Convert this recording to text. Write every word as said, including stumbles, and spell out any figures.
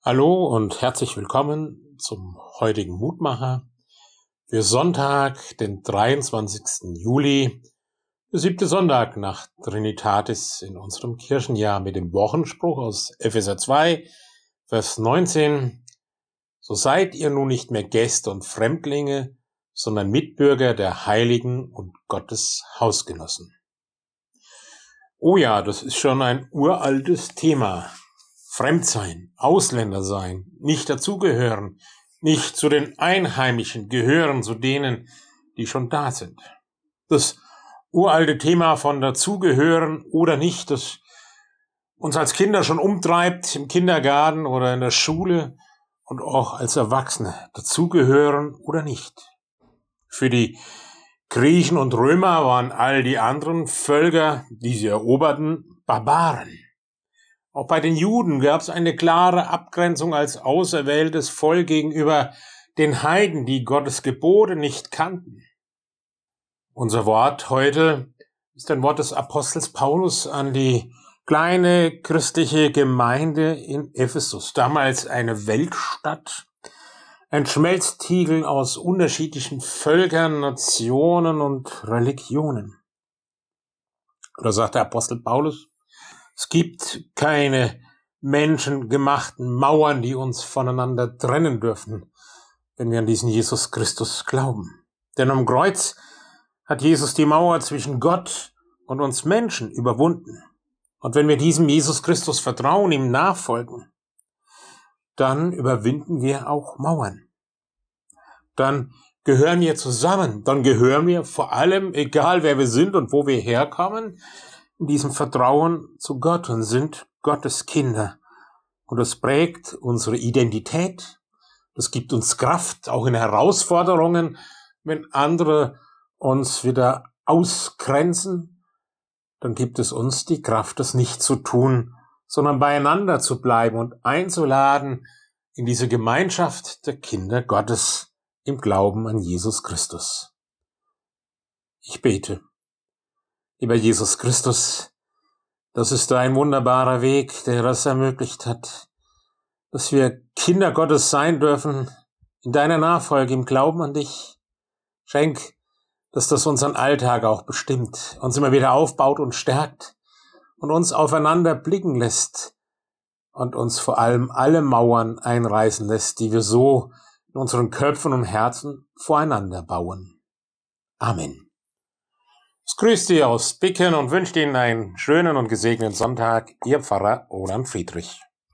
Hallo und herzlich willkommen zum heutigen Mutmacher für Sonntag, den dreiundzwanzigsten Juli, der siebte Sonntag nach Trinitatis in unserem Kirchenjahr mit dem Wochenspruch aus Epheser zwei, Vers neunzehn. So seid ihr nun nicht mehr Gäste und Fremdlinge, sondern Mitbürger der Heiligen und Gottes Hausgenossen. Oh ja, das ist schon ein uraltes Thema. Fremdsein, Ausländer sein, nicht dazugehören, nicht zu den Einheimischen gehören, zu denen, die schon da sind. Das uralte Thema von dazugehören oder nicht, das uns als Kinder schon umtreibt, im Kindergarten oder in der Schule und auch als Erwachsene, dazugehören oder nicht. Für die Griechen und Römer waren all die anderen Völker, die sie eroberten, Barbaren. Auch bei den Juden gab es eine klare Abgrenzung als auserwähltes Volk gegenüber den Heiden, die Gottes Gebote nicht kannten. Unser Wort heute ist ein Wort des Apostels Paulus an die kleine christliche Gemeinde in Ephesus, damals eine Weltstadt, ein Schmelztiegel aus unterschiedlichen Völkern, Nationen und Religionen. Da sagt der Apostel Paulus: Es gibt keine menschengemachten Mauern, die uns voneinander trennen dürfen, wenn wir an diesen Jesus Christus glauben. Denn am Kreuz hat Jesus die Mauer zwischen Gott und uns Menschen überwunden. Und wenn wir diesem Jesus Christus vertrauen, ihm nachfolgen, dann überwinden wir auch Mauern. Dann gehören wir zusammen. Dann gehören wir vor allem, egal wer wir sind und wo wir herkommen, in diesem Vertrauen zu Gott und sind Gottes Kinder. Und das prägt unsere Identität. Das gibt uns Kraft, auch in Herausforderungen, wenn andere uns wieder ausgrenzen. Dann gibt es uns die Kraft, das nicht zu tun, sondern beieinander zu bleiben und einzuladen in diese Gemeinschaft der Kinder Gottes im Glauben an Jesus Christus. Ich bete. Lieber Jesus Christus, das ist ein wunderbarer Weg, der das ermöglicht hat, dass wir Kinder Gottes sein dürfen, in deiner Nachfolge, im Glauben an dich. Schenk, dass das unseren Alltag auch bestimmt, uns immer wieder aufbaut und stärkt und uns aufeinander blicken lässt und uns vor allem alle Mauern einreißen lässt, die wir so in unseren Köpfen und Herzen voreinander bauen. Amen. Ich grüße Sie aus Bicken und wünsche Ihnen einen schönen und gesegneten Sonntag. Ihr Pfarrer Roland Friedrich.